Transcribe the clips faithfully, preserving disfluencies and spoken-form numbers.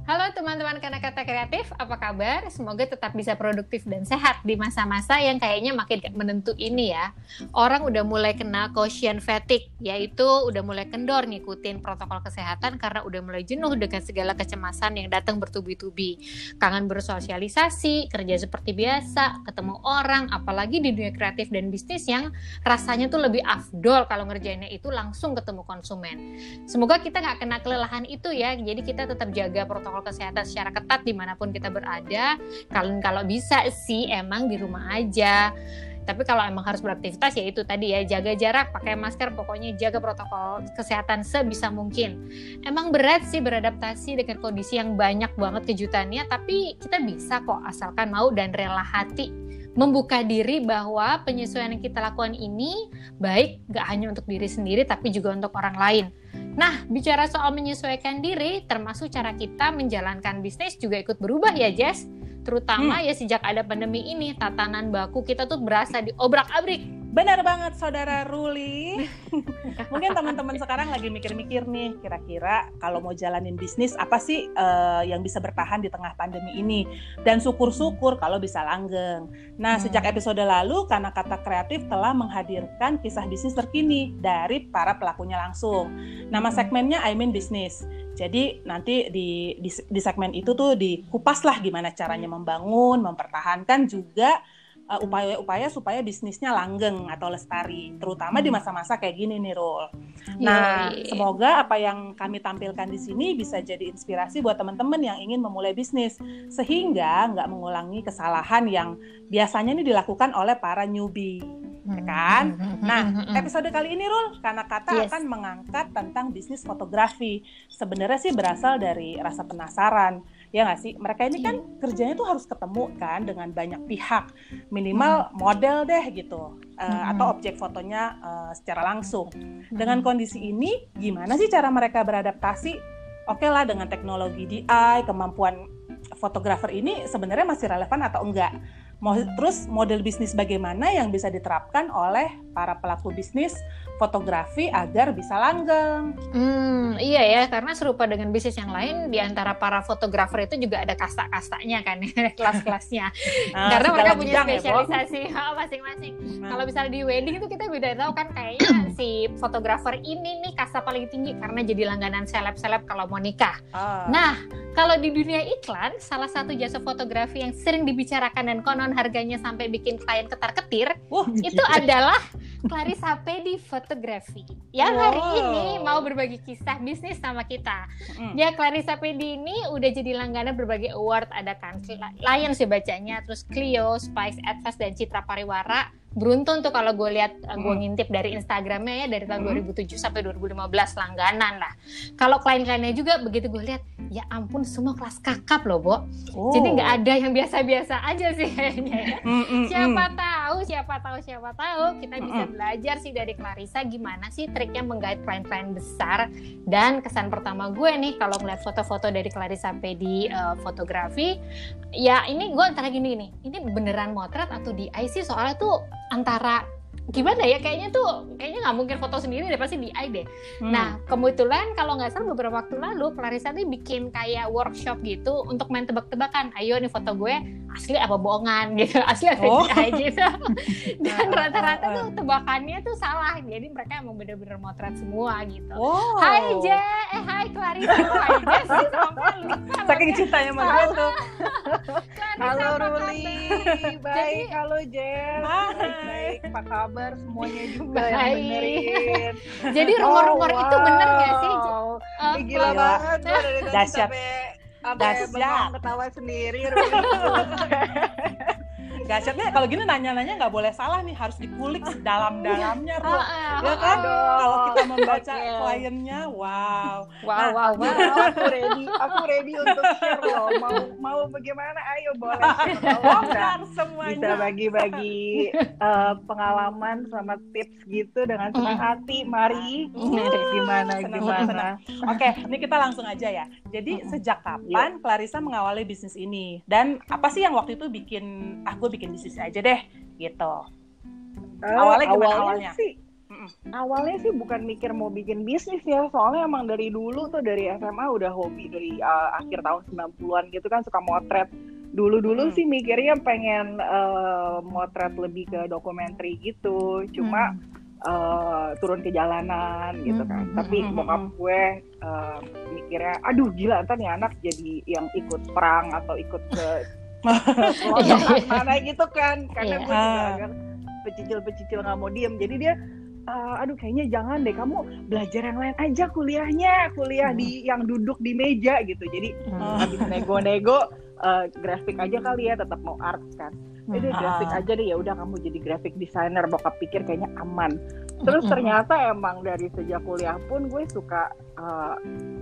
Halo teman-teman Kanakata Kreatif, apa kabar? Semoga tetap bisa produktif dan sehat di masa-masa yang kayaknya makin gak menentu ini ya. Orang udah mulai kena caution fatigue, yaitu udah mulai kendor ngikutin protokol kesehatan karena udah mulai jenuh dengan segala kecemasan yang datang bertubi-tubi. Kangen bersosialisasi, kerja seperti biasa, ketemu orang, apalagi di dunia kreatif dan bisnis yang rasanya tuh lebih afdol kalau ngerjainnya itu langsung ketemu konsumen. Semoga kita gak kena kelelahan itu ya, jadi kita tetap jaga protokol kesehatan secara ketat dimanapun kita berada. Kalau kalau bisa sih emang di rumah aja. Tapi kalau emang harus beraktivitas ya itu tadi ya, jaga jarak, pakai masker, pokoknya jaga protokol kesehatan sebisa mungkin. Emang berat sih beradaptasi dengan kondisi yang banyak banget kejutannya, tapi kita bisa kok asalkan mau dan rela hati membuka diri bahwa penyesuaian yang kita lakukan ini baik gak hanya untuk diri sendiri tapi juga untuk orang lain. Nah, bicara soal menyesuaikan diri, termasuk cara kita menjalankan bisnis juga ikut berubah ya, Jess. Terutama hmm. ya sejak ada pandemi ini, tatanan baku kita tuh berasa diobrak-abrik. Benar banget, Saudara Ruli. Mungkin teman-teman sekarang lagi mikir-mikir nih, kira-kira kalau mau jalanin bisnis, apa sih uh, yang bisa bertahan di tengah pandemi ini? Dan syukur-syukur kalau bisa langgeng. Nah, hmm. sejak episode lalu, Kanakata Kreatif telah menghadirkan kisah bisnis terkini dari para pelakunya langsung. Nama segmennya I Mean Business. Jadi nanti di, di, di segmen itu tuh dikupas lah gimana caranya membangun, mempertahankan juga Uh, upaya-upaya supaya bisnisnya langgeng atau lestari, terutama di masa-masa kayak gini nih, Rul. Nah, Yoi. Semoga apa yang kami tampilkan di sini bisa jadi inspirasi buat teman-teman yang ingin memulai bisnis, sehingga nggak mengulangi kesalahan yang biasanya ini dilakukan oleh para newbie, ya kan? Nah, episode kali ini, Rul, Kanakata yes. akan mengangkat tentang bisnis fotografi. Sebenarnya sih berasal dari rasa penasaran. Ya nggak sih, mereka ini kan kerjanya tuh harus ketemu kan dengan banyak pihak, minimal model deh gitu, uh, hmm. atau objek fotonya uh, secara langsung. Dengan kondisi ini, gimana sih cara mereka beradaptasi? Oke lah, dengan teknologi D I, kemampuan fotografer ini sebenarnya masih relevan atau enggak? Terus model bisnis bagaimana yang bisa diterapkan oleh para pelaku bisnis fotografi agar bisa langgeng? Hmm, iya ya, karena serupa dengan bisnis yang lain, di antara para fotografer itu juga ada kasta-kastanya kan, kelas-kelasnya. Nah, karena mereka punya spesialisasi ya, masing-masing. Nah. Kalau misalnya di wedding itu kita beda tahu kan, kayaknya si fotografer ini nih kasta paling tinggi karena jadi langganan seleb-seleb kalau mau nikah. Oh. Nah, kalau di dunia iklan, salah satu jasa fotografi yang sering dibicarakan dan konon harganya sampai bikin klien ketar-ketir, uh, itu adalah Clarissa Pedi Fotografi yang wow. hari ini mau berbagi kisah bisnis sama kita. Mm. Ya, Clarissa Pedi ini udah jadi langganan berbagai award, ada kan Lions ya bacanya, terus Clio, Spice Advance dan Citra Pariwara. Beruntun tuh kalau gue lihat, hmm. gue ngintip dari Instagramnya ya, dari tahun hmm. dua ribu tujuh sampai dua ribu lima belas langganan lah. Kalau klien-kliennya juga begitu gue lihat, ya ampun semua kelas kakap loh, Bo. Oh. Jadi nggak ada yang biasa-biasa aja sih kayaknya ya. Mm, mm, siapa mm. tahu, siapa tahu, siapa tahu kita bisa mm. belajar sih dari Clarissa gimana sih triknya menggait klien-klien besar. Dan kesan pertama gue nih kalau ngeliat foto-foto dari Clarissa Pedi uh, fotografi, ya ini gue antara gini nih, ini beneran motret atau di I C, soalnya tuh antara gimana ya, kayaknya tuh kayaknya nggak mungkin foto sendiri deh, pasti di I deh. Hmm. Nah, kebetulan kalau nggak salah beberapa waktu lalu Clarissa nih bikin kayak workshop gitu untuk main tebak-tebakan. Ayo nih foto gue asli apa bohongan gitu, asli apa oh. di I gitu. Dan rata-rata tuh tebakannya tuh salah. Jadi mereka emang bener-bener motret semua gitu. Oh. Hai Je, eh hai Clarissa, hai Je sih sampai lupa. Saking cintanya sama gue tuh. Halo Ruli, baik. Halo Je, baik. Apa kabar semuanya juga baik. Yang dengerin. Jadi rumor-rumor oh, wow. itu bener gak sih? Uh, gila banget, gue dari tadi sampai sampai bengong ketawa sendiri. Dahsyatnya kalau gini nanya-nanya nggak boleh salah nih, harus dikulik dalam-dalamnya, Ru. Ya kan? Kalau kita membaca okay. kliennya, wow. Wow, nah, wow, wow. Aku ready, aku ready untuk share loh. Mau mau bagaimana? Ayo boleh. Bongkar semuanya. Bisa bagi-bagi uh, pengalaman sama tips gitu dengan senang hati. Mari. Uh, gimana senang, gimana? Senang. Oke, ini kita langsung aja ya. Jadi uh-huh. sejak kapan yeah. Clarissa mengawali bisnis ini? Dan apa sih yang waktu itu bikin ah gue bikin bisnis aja deh gitu. Oh, awalnya gimana awalnya? Sih, Awalnya sih bukan mikir mau bikin bisnis ya, soalnya emang dari dulu tuh dari S M A udah hobi dari uh, akhir tahun sembilan puluhan gitu kan, suka motret. Dulu-dulu hmm. sih mikirnya pengen uh, motret lebih ke dokumenter gitu, cuma hmm. Uh, turun ke jalanan gitu kan. Mm-hmm. Tapi bokap gue uh, mikirnya, aduh gila ntar nih anak jadi yang ikut perang atau ikut ke pelosok mana gitu kan. Karena yeah. gue juga agak pecicil-pecicil nggak mau diem. Jadi dia, uh, aduh kayaknya jangan deh, kamu belajar yang lain aja kuliahnya, kuliah mm-hmm. di yang duduk di meja gitu. Jadi mm-hmm. habis nego-nego, uh, grafik aja kali ya, tetap mau art kan. Jadi hmm. grafik aja deh, ya udah kamu jadi graphic designer, bokap pikir kayaknya aman. Terus hmm. ternyata emang dari sejak kuliah pun gue suka uh,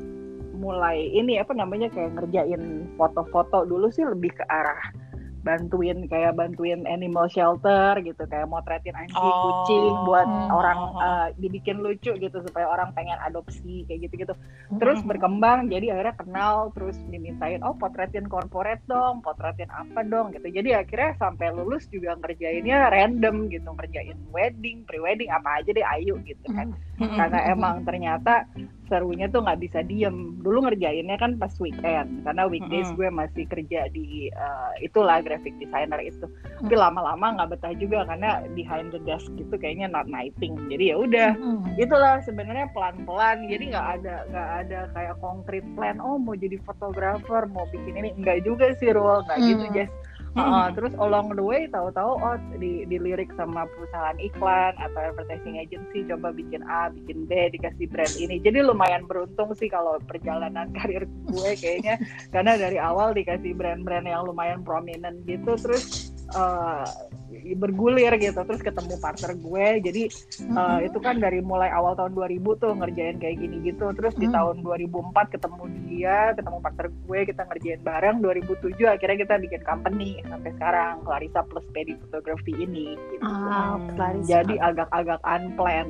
mulai ini apa namanya kayak ngerjain foto-foto. Dulu sih lebih ke arah bantuin kayak bantuin animal shelter gitu, kayak motretin anjing, oh. kucing buat hmm. orang uh, dibikin lucu gitu supaya orang pengen adopsi kayak gitu-gitu. Terus hmm. berkembang jadi akhirnya kenal, terus dimintain oh potretin corporate dong, potretin apa dong gitu. Jadi akhirnya sampai lulus juga ngerjainnya random gitu, ngerjain wedding, pre-wedding apa aja deh ayo gitu kan. Hmm. Karena emang ternyata serunya tuh nggak bisa diem. Dulu ngerjainnya kan pas weekend, karena weekdays mm-hmm. gue masih kerja di uh, itulah graphic designer itu. Mm-hmm. Tapi lama-lama nggak betah juga karena behind the desk gitu kayaknya not nighting. Jadi ya udah, mm-hmm. itulah sebenarnya pelan-pelan. Jadi nggak ada nggak ada kayak concrete plan. Oh mau jadi fotografer, mau bikin ini, enggak juga sih Rul, nggak mm-hmm. gitu Jess. Uh, terus along the way tahu-tahu oh di dilirik sama perusahaan iklan atau advertising agency, coba bikin A, bikin B, dikasih brand ini. Jadi lumayan beruntung sih kalau perjalanan karir gue kayaknya, karena dari awal dikasih brand-brand yang lumayan prominent gitu, terus uh, bergulir gitu, terus ketemu partner gue. Jadi uh, itu kan dari mulai awal tahun dua ribu tuh ngerjain kayak gini gitu. Terus di tahun dua ribu empat ketemu dia, ketemu partner gue, kita ngerjain bareng. Dua ribu tujuh akhirnya kita bikin company sampai sekarang, Clarissa Plus Pedi Photography ini gitu. Ah, jadi agak-agak unplanned.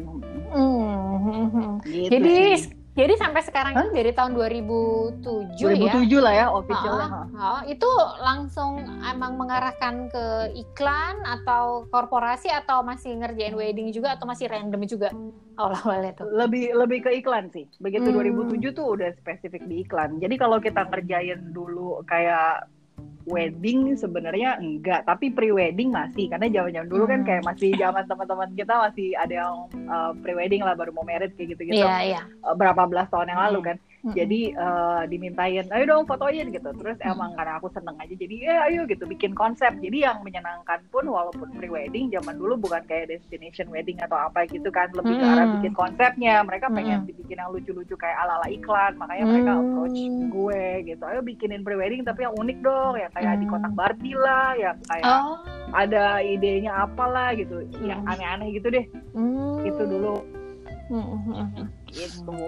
Mm-hmm. Gitu jadi sih. Jadi sampai sekarang ini dari tahun dua ribu tujuh dua ribu tujuh ya? lah ya officialnya. Oh, oh, itu langsung emang mengarahkan ke iklan atau korporasi atau masih ngerjain wedding juga atau masih random juga awal-awalnya tuh? Lebih lebih ke iklan sih. Begitu hmm. dua ribu tujuh tuh udah spesifik di iklan. Jadi kalau kita ngerjain dulu kayak wedding sebenarnya enggak, tapi pre-wedding masih, karena zaman-zaman dulu kan kayak masih zaman teman-teman kita masih ada yang uh, pre-wedding lah, baru mau married kayak gitu-gitu. Yeah, yeah. Uh, berapa belas tahun yang lalu kan. Mm-hmm. Jadi uh, dimintain, ayo dong fotoin gitu. Terus emang karena aku seneng aja, jadi ya ayo gitu bikin konsep. Jadi yang menyenangkan pun walaupun pre-wedding zaman dulu bukan kayak destination wedding atau apa gitu kan, lebih mm-hmm. ke arah bikin konsepnya. Mereka pengen mm-hmm. dibikin yang lucu-lucu kayak ala-ala iklan, makanya mm-hmm. mereka approach gue gitu, ayo bikinin pre-wedding tapi yang unik dong, ya kayak mm-hmm. di kotak Barbie lah, yang kayak oh. ada idenya apalah gitu, mm-hmm. yang aneh-aneh gitu deh. Mm-hmm. Itu dulu. Mm-hmm. Gitu.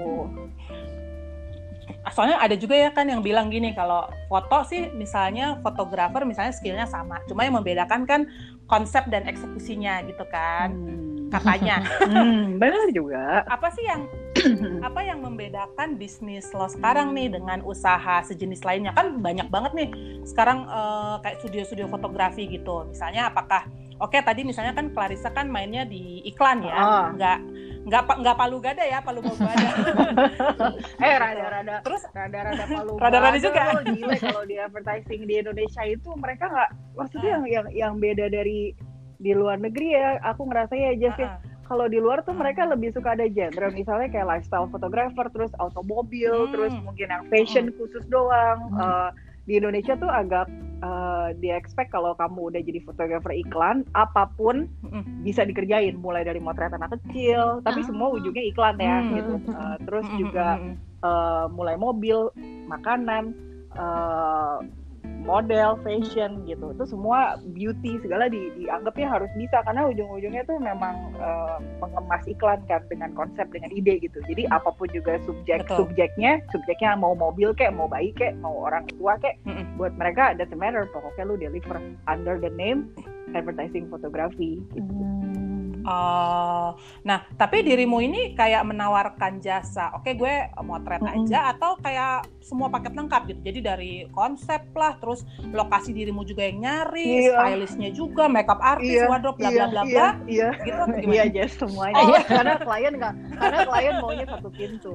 Soalnya ada juga ya kan yang bilang gini, kalau foto sih misalnya fotografer misalnya skillnya sama, cuma yang membedakan kan konsep dan eksekusinya gitu kan, hmm. katanya. Hmm, benar juga. Apa sih yang apa yang membedakan bisnis lo sekarang nih dengan usaha sejenis lainnya? Kan banyak banget nih sekarang uh, kayak studio-studio fotografi gitu. Misalnya apakah oke okay, tadi misalnya kan Clarissa kan mainnya di iklan ya, oh. nggak nggak nggak palu gada ya, palu mau gada. eh rada-rada terus rada-rada palu rada-rada juga. Gila kalau di advertising di Indonesia itu mereka nggak, maksudnya yang yang yang beda dari di luar negeri ya, aku ngerasa ya aja sih. Uh-huh. Kalau di luar tuh mereka lebih suka ada genre, misalnya kayak lifestyle photographer, terus automobil, hmm. terus mungkin yang fashion khusus doang. Hmm. Uh, di Indonesia tuh agak uh, di-expect kalau kamu udah jadi fotografer iklan, apapun hmm. bisa dikerjain, mulai dari motret anak kecil, tapi ah. semua ujungnya iklan ya, hmm. gitu. Uh, terus hmm. juga uh, mulai mobil, makanan, uh, model, fashion gitu, itu semua beauty segala di, dianggapnya harus bisa, karena ujung-ujungnya tuh memang uh, mengemas iklan kan dengan konsep, dengan ide gitu. Jadi apapun juga subjek Betul. subjeknya, subjeknya mau mobil kek, mau bayi kek, mau orang tua kek, mm-mm. buat mereka doesn't matter, pokoknya lu deliver under the name advertising photography gitu. Hmm. Oh, nah tapi dirimu ini kayak menawarkan jasa, oke gue motret Mm-mm. aja atau kayak semua paket lengkap gitu. Jadi dari konsep lah, terus lokasi dirimu juga yang nyari, Iya. stylistnya juga, makeup artist, Iya, wardrobe, bla iya, bla bla iya, bla. iya, Gitu atau iya, gimana? Jess, semuanya. Oh. Iya, karena klien nggak, karena klien maunya satu pintu.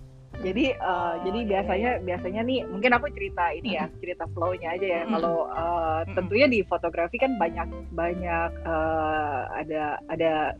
Jadi, uh, Oh, jadi iya, biasanya, biasanya nih, mungkin aku cerita ini ya, cerita flow-nya aja ya. Mm-mm. Kalau uh, Mm-mm. tentunya di fotografi kan banyak, banyak uh, ada, ada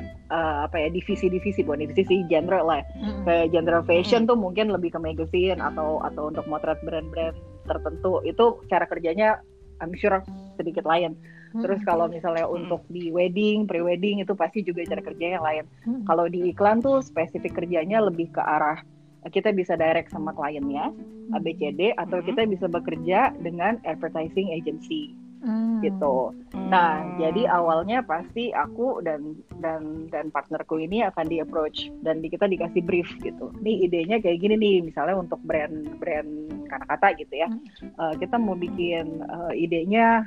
uh, apa ya, divisi-divisi, bukan divisi sih, genre lah. Mm-mm. Kayak genre fashion tuh mungkin lebih ke magazine atau atau untuk motret brand-brand tertentu. Itu cara kerjanya, I'm sure sedikit lain. Terus kalau misalnya untuk di wedding, pre-wedding itu pasti juga cara kerjanya lain. Mm-mm. Kalau di iklan tuh spesifik kerjanya lebih ke arah kita bisa direct sama kliennya A B C D atau kita bisa bekerja dengan advertising agency Mm. gitu. Nah, jadi awalnya pasti aku dan dan dan partnerku ini akan di approach dan di, kita dikasih brief gitu. Nih idenya kayak gini nih, misalnya untuk brand-brand kata-kata gitu ya. Uh, kita mau bikin uh, idenya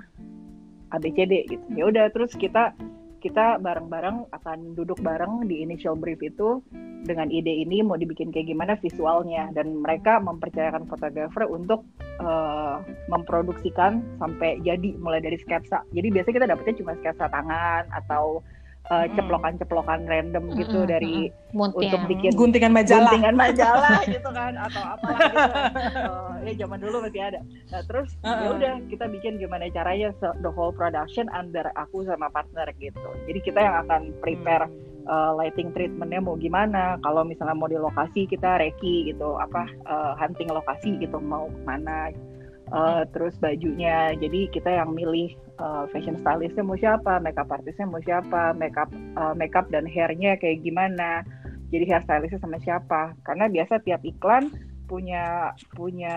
A B C D gitu. Ya udah, terus kita kita bareng-bareng akan duduk bareng di initial brief itu dengan ide ini mau dibikin kayak gimana visualnya, dan mereka mempercayakan fotografer untuk uh, memproduksikan sampai jadi mulai dari sketsa. Jadi biasanya kita dapetnya cuma sketsa tangan atau uh, Mm. ceplokan-ceplokan random gitu Mm-mm. dari Moodnya. untuk bikin guntingan majalah. guntingan majalah gitu kan atau apalah gitu. Uh, ya zaman dulu masih ada. Nah terus Uh-uh. ya udah kita bikin gimana caranya so, the whole production under aku sama partner gitu. Jadi kita yang akan prepare uh, lighting treatmentnya mau gimana. Kalau misalnya mau di lokasi kita reki gitu, apa uh, hunting lokasi gitu mau kemana. Uh, terus bajunya, jadi kita yang milih uh, fashion stylistnya mau siapa, makeup artistnya mau siapa, makeup uh, makeup dan hairnya kayak gimana. Jadi hair stylistnya sama siapa? Karena biasa tiap iklan punya punya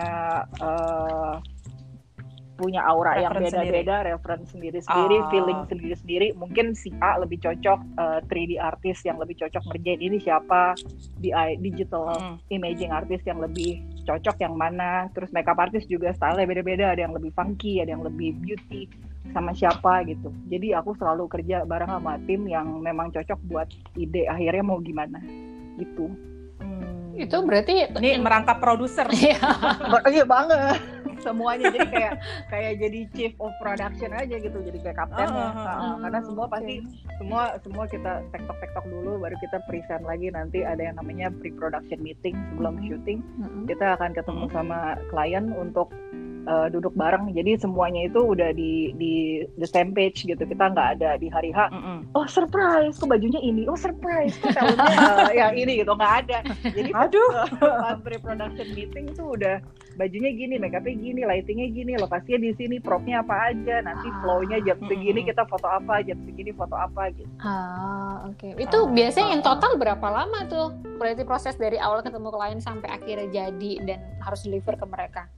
uh, punya aura yang Reference beda-beda, reference sendiri-sendiri, Oh. feeling sendiri-sendiri. Mungkin si A lebih cocok uh, three D artist yang lebih cocok ngerjain ini siapa, di digital Mm. imaging artist yang lebih cocok yang mana. Terus makeup artist juga style-nya beda-beda, ada yang lebih funky, ada yang lebih beauty, sama siapa gitu. Jadi aku selalu kerja bareng sama tim yang memang cocok buat ide akhirnya mau gimana gitu. Hmm. Itu berarti Ini merangkap produser. Iya. Iya banget. Semuanya jadi kayak kayak jadi chief of production aja gitu, jadi kayak kaptennya. Oh, oh, oh. Nah, karena semua pasti Oke. semua semua kita tektok-tektok dulu, baru kita present lagi. Nanti ada yang namanya pre-production meeting sebelum Mm-hmm. syuting. Mm-mm. Kita akan ketemu Mm-hmm. sama klien untuk uh, duduk bareng. Jadi semuanya itu udah di di the same page gitu. Kita nggak ada di hari H. Mm-mm. Oh surprise, kok bajunya ini. Oh surprise, kok talentnya uh, yang ini gitu, nggak ada. Jadi Aduh. pas pre-production meeting tuh udah bajunya gini, makeupnya gini, lightingnya gini, lokasinya di sini, propnya apa aja, nanti flow-nya jam segini kita foto apa, jam segini foto apa gitu. Ah, oke. Itu Ah, biasanya yang ah. total berapa lama tuh? Berarti proses dari awal ketemu klien sampai akhirnya jadi dan harus deliver ke mereka.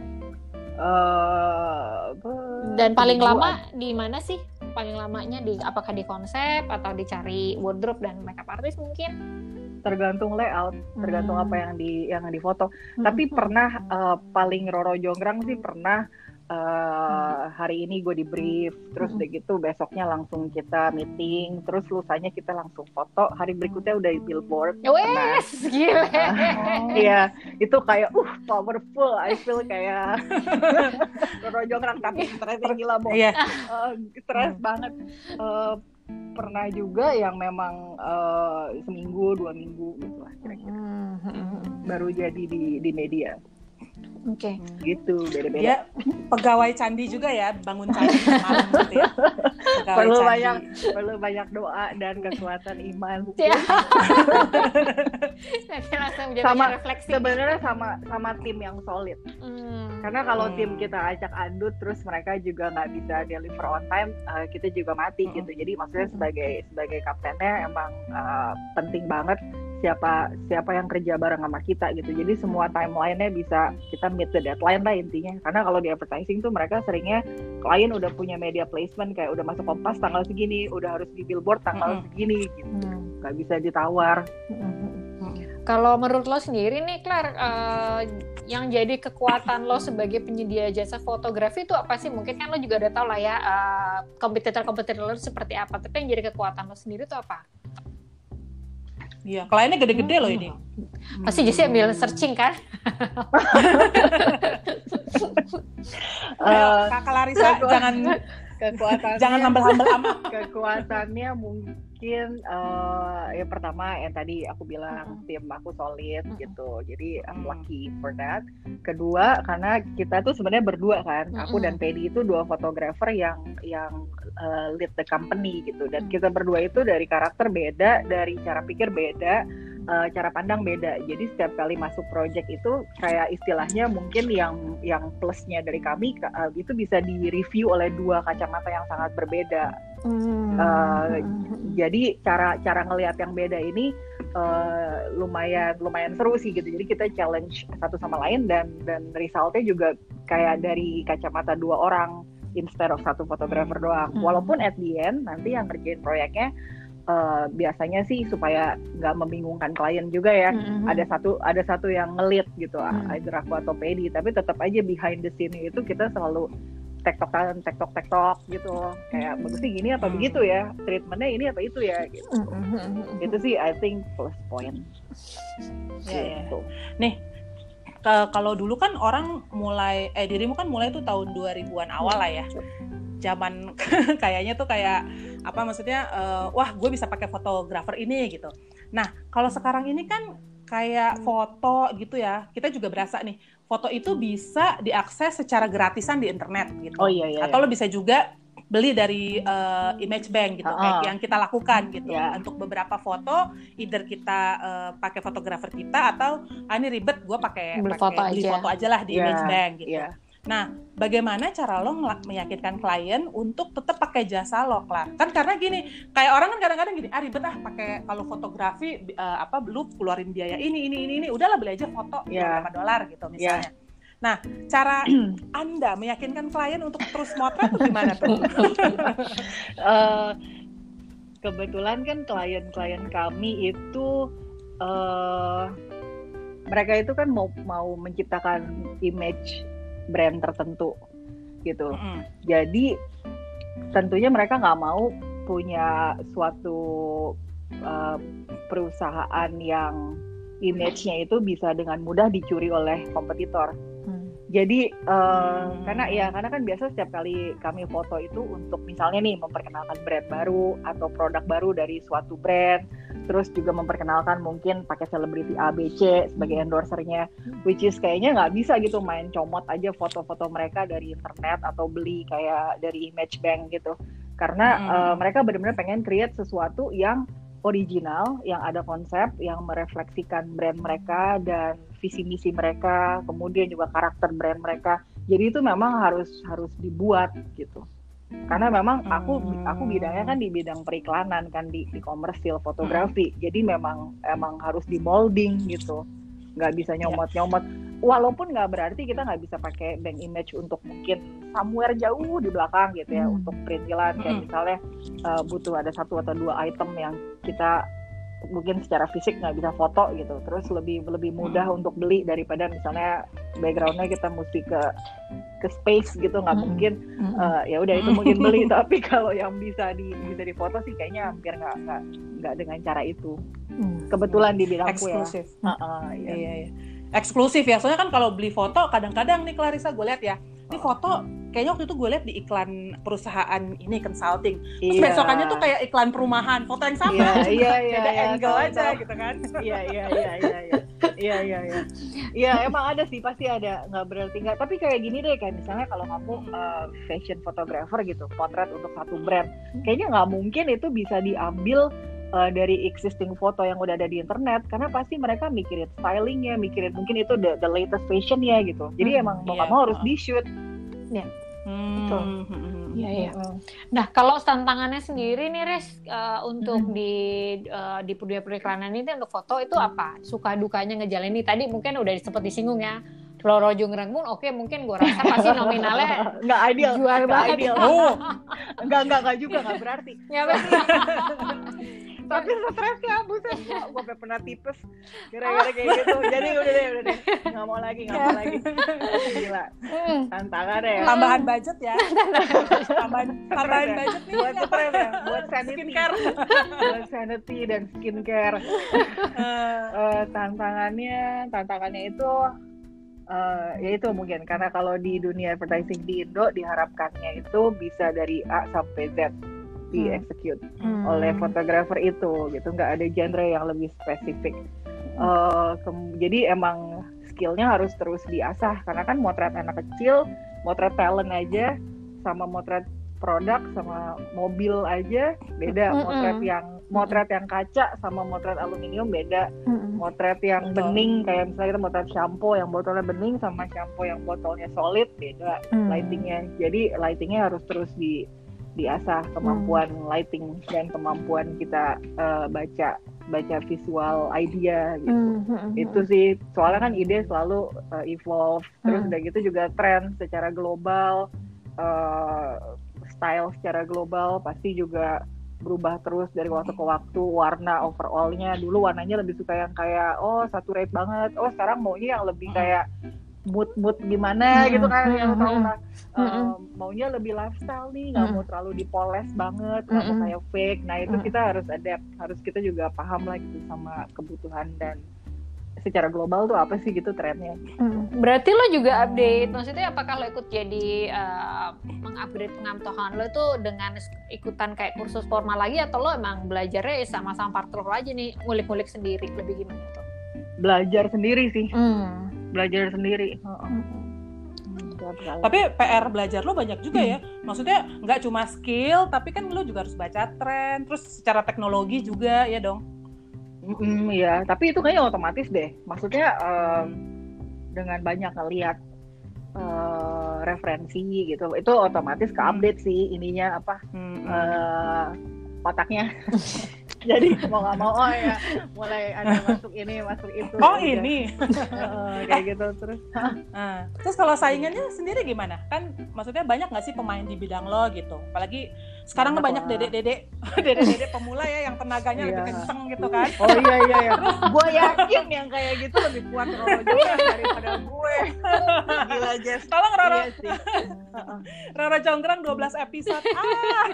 Uh, Dan paling tujuan. lama di mana sih? Paling lamanya di apakah di konsep atau dicari wardrobe dan makeup artist mungkin? Tergantung layout, tergantung Hmm. apa yang di yang difoto. Hmm. Tapi pernah uh, paling Roro Jonggrang sih pernah uh, hari ini gue di brief, terus Hmm. udah gitu besoknya langsung kita meeting, terus lusanya kita langsung foto, hari berikutnya udah di billboard. Pernah. Wes, gila. Iya, itu kayak uh powerful. I feel kayak Roro Jonggrang tapi stresnya gila, Bo. Iya. Uh, stres banget. Uh, pernah juga yang memang uh, seminggu dua minggu gitu lah kira-kira Hmm, hmm, hmm. baru jadi di di media Oke. gitu, beda-beda. Dia pegawai candi juga ya, bangun candi malam gitu ya. Pegawai Perlu candi. banyak perlu banyak doa dan kekuatan iman. Ya. Nanti langsung jadi Sama refleksi. sebenarnya sama sama tim yang solid. Hmm. Karena kalau Hmm. tim kita acak adut terus mereka juga nggak bisa deliver on time, uh, kita juga mati Hmm. gitu. Jadi maksudnya sebagai sebagai kaptennya emang uh, penting banget siapa siapa yang kerja bareng sama kita gitu. Jadi semua timeline-nya bisa kita meet the deadline lah intinya. Karena kalau di advertising tuh mereka seringnya klien udah punya media placement kayak udah masuk Kompas tanggal segini, udah harus di billboard tanggal Mm-mm. segini gitu. Hmm. Nggak bisa ditawar. Hmm. Kalau menurut lo sendiri nih, Claire, uh, yang jadi kekuatan lo sebagai penyedia jasa fotografi itu apa sih? Mungkin kan lo juga udah tau lah ya uh, kompetitor-kompetitor lo seperti apa, tapi yang jadi kekuatan lo sendiri itu apa? Iya, kliennya gede-gede loh ini. Pasti Jessi ambil searching kan? uh, Kakak Larissa jangan kekuatannya jangan humble-humble amat. Kekuatannya mungkin uh, ya pertama yang tadi aku bilang tim aku solid gitu, jadi I'm lucky for that. Kedua karena kita tuh sebenarnya berdua kan, aku dan Pedi itu dua fotografer yang yang uh, lead the company gitu, dan kita berdua itu dari karakter beda, dari cara pikir beda, uh, cara pandang beda. Jadi setiap kali masuk project itu kayak istilahnya mungkin yang yang plusnya dari kami uh, itu bisa di-review oleh dua kacamata yang sangat berbeda. Hmm. Uh, jadi cara cara ngelihat yang beda ini uh, lumayan lumayan seru sih gitu. Jadi kita challenge satu sama lain, dan dan resultnya juga kayak dari kacamata dua orang instead of satu fotografer doang. Hmm. Walaupun at the end nanti yang ngerjain proyeknya uh, biasanya sih supaya nggak membingungkan klien juga ya. Hmm. Ada satu ada satu yang ngelit gitu, hmm. either aku atau Pedi. Tapi tetap aja behind the scene itu kita selalu tektokan, tektok, tektok gitu, kayak bagusnya gini apa begitu ya, treatmentnya ini apa itu ya, gitu. Itu sih I think plus point. Ya, gitu. Ya. Nih, ke, kalau dulu kan orang mulai, eh dirimu kan mulai tuh tahun dua ribuan awal lah ya, zaman kayaknya tuh kayak apa maksudnya, uh, wah gue bisa pakai fotografer ini gitu. Nah kalau sekarang ini kan kayak foto gitu ya, kita juga berasa nih, foto itu bisa diakses secara gratisan di internet gitu. Oh iya iya. Atau lo bisa juga beli dari uh, image bank gitu, uh-huh. kayak yang kita lakukan gitu. Yeah. Untuk beberapa foto, either kita uh, pakai fotografer kita atau ah, ini ribet, gue pakai beli, pakai, foto, beli aja. foto aja lah di yeah. image bank gitu. Yeah. Nah, bagaimana cara lo meyakinkan klien untuk tetap pakai jasa lo, Klar? Kan karena gini, kayak orang kan kadang-kadang gini, ah ribet ah pakai kalau fotografi uh, apa lu keluarin biaya ini ini ini ini, udahlah beli aja foto yeah. berapa dolar gitu misalnya. Yeah. Nah, cara Anda meyakinkan klien untuk terus motret tuh gimana tuh? uh, kebetulan kan klien-klien kami itu uh, mereka itu kan mau mau menciptakan image brand tertentu gitu. Mm-hmm. Jadi tentunya mereka nggak mau punya suatu uh, perusahaan yang image-nya itu bisa dengan mudah dicuri oleh kompetitor. Mm. Jadi uh, mm. karena ya karena kan biasa setiap kali kami foto itu untuk misalnya nih memperkenalkan brand baru atau produk baru dari suatu brand, terus juga memperkenalkan mungkin pakai selebriti A B C sebagai endorsernya, which is kayaknya nggak bisa gitu main comot aja foto-foto mereka dari internet atau beli kayak dari image bank gitu, karena hmm. uh, mereka benar-benar pengen create sesuatu yang original, yang ada konsep, yang merefleksikan brand mereka dan visi misi mereka, kemudian juga karakter brand mereka. Jadi itu memang harus harus dibuat gitu. Karena memang aku hmm. aku bidangnya kan di bidang periklanan kan, di, di komersil fotografi, hmm. jadi memang emang harus di molding gitu, nggak bisa nyomot-nyomot. Walaupun nggak berarti kita nggak bisa pakai bank image untuk mungkin somewhere jauh di belakang gitu ya, hmm. untuk perintilan kayak hmm. misalnya uh, butuh ada satu atau dua item yang kita mungkin secara fisik nggak bisa foto gitu, terus lebih lebih mudah hmm. untuk beli daripada misalnya backgroundnya kita mesti ke ke space gitu, nggak hmm. mungkin hmm. uh, ya udah itu mungkin beli. Tapi kalau yang bisa di bisa difoto sih kayaknya hampir nggak nggak nggak dengan cara itu. hmm. Kebetulan di bidangku eksklusif. Ya uh-uh, iya. Iya, iya. Eksklusif ya, soalnya kan kalau beli foto kadang-kadang nih Clarissa gue lihat ya, ini foto kayaknya waktu itu gue lihat di iklan perusahaan ini consulting, terus iya. besokannya tuh kayak iklan perumahan, foto yang sama, iya, iya, iya, beda iya, angle iya, aja iya. gitu kan. Iya iya iya iya iya iya iya iya iya emang ada sih, pasti ada, nggak berarti nggak. Tapi kayak gini deh, kayak misalnya kalau kamu uh, fashion photographer gitu, potret untuk satu brand, kayaknya nggak mungkin itu bisa diambil Uh, dari existing foto yang udah ada di internet, karena pasti mereka mikirin stylingnya, mikirin mungkin itu the, the latest fashionnya gitu. Jadi hmm, emang mau nggak iya. mau harus di shoot. Ya, hmm. betul. Iya iya. Hmm. Nah kalau tantangannya sendiri nih Res, uh, untuk hmm. di uh, di dunia periklanan ini untuk foto itu apa? Suka dukanya ngejalanin tadi mungkin udah sempat disinggung ya. Loro Jonggrang pun oke, okay, mungkin gue rasa pasti nominalnya nggak ideal, jual banget. Ideal. Oh, nggak nggak nggak juga, nggak berarti. Ya berarti. Tapi stres ya, buset, gue pernah tipes gara-gara kayak gitu. Jadi udah deh, udah deh. nggak mau lagi, nggak mau lagi. Gila, tantangan ya. Tambahan budget ya. tambahan tambahan ya. budget nih Buat apa ya? Buat sanity. Skincare. Buat sanity dan skincare. uh, tantangannya, tantangannya itu Uh, ya itu mungkin karena kalau di dunia advertising di Indo diharapkannya itu bisa dari A sampai Z di execute hmm. oleh fotografer itu gitu, nggak ada genre yang lebih spesifik. Uh, ke- jadi emang skillnya harus terus diasah karena kan motret anak kecil, motret talent aja sama motret produk sama mobil aja beda. Mm-mm. Motret yang motret yang kaca sama motret aluminium beda. Mm-mm. Motret yang bening kayak misalnya kita motret shampoo yang botolnya bening sama shampoo yang botolnya solid beda. Mm. Lightingnya, jadi lightingnya harus terus di diasah kemampuan mm. lighting dan kemampuan kita uh, baca baca visual idea gitu. Mm-hmm. Itu sih soalnya kan ide selalu uh, evolve terus mm. udah gitu juga tren secara global. Uh, style secara global pasti juga berubah terus dari waktu ke waktu. Warna overallnya dulu warnanya lebih suka yang kayak oh saturate banget, oh sekarang maunya yang lebih kayak mood-mood gimana gitu kan, yang tahu lah. Um, maunya lebih lifestyle nih, nggak mau terlalu dipoles banget, nggak mau kayak fake. Nah itu kita harus adapt, harus kita juga paham lah gitu sama kebutuhan dan secara global tuh apa sih gitu trennya. Hmm. Berarti lo juga update, maksudnya apakah lo ikut jadi uh, mengupgrade pengetahuan lo itu dengan ikutan kayak kursus formal lagi atau lo emang belajarnya sama-sama partner lo aja nih, ngulik-ngulik sendiri, lebih gimana tuh? Belajar sendiri sih, hmm. belajar sendiri. Hmm. Hmm. Tapi P R belajar lo banyak juga ya, maksudnya nggak cuma skill, tapi kan lo juga harus baca tren, terus secara teknologi juga ya dong. Mm, ya, tapi itu kayaknya otomatis deh. Maksudnya um, dengan banyak ngelihat uh, referensi gitu, itu otomatis ke-update sih ininya apa hmm. uh, otaknya. Jadi mau nggak mau oh ya mulai ada masuk ini masuk itu. Oh ya. Ini uh, kayak gitu terus. Nah, terus kalau saingannya sendiri gimana? Kan maksudnya banyak nggak sih pemain di bidang lo gitu? Apalagi sekarang kan banyak dedek-dedek, dedek-dedek pemula ya yang tenaganya lebih kenceng gitu kan? Oh iya iya iya. Gue yakin yang kayak gitu lebih kuat Roro Jonggrang daripada gue. Gila Jess. Tolong Roro. Iya sih. Roro Jonggrang dua belas episode. Ah.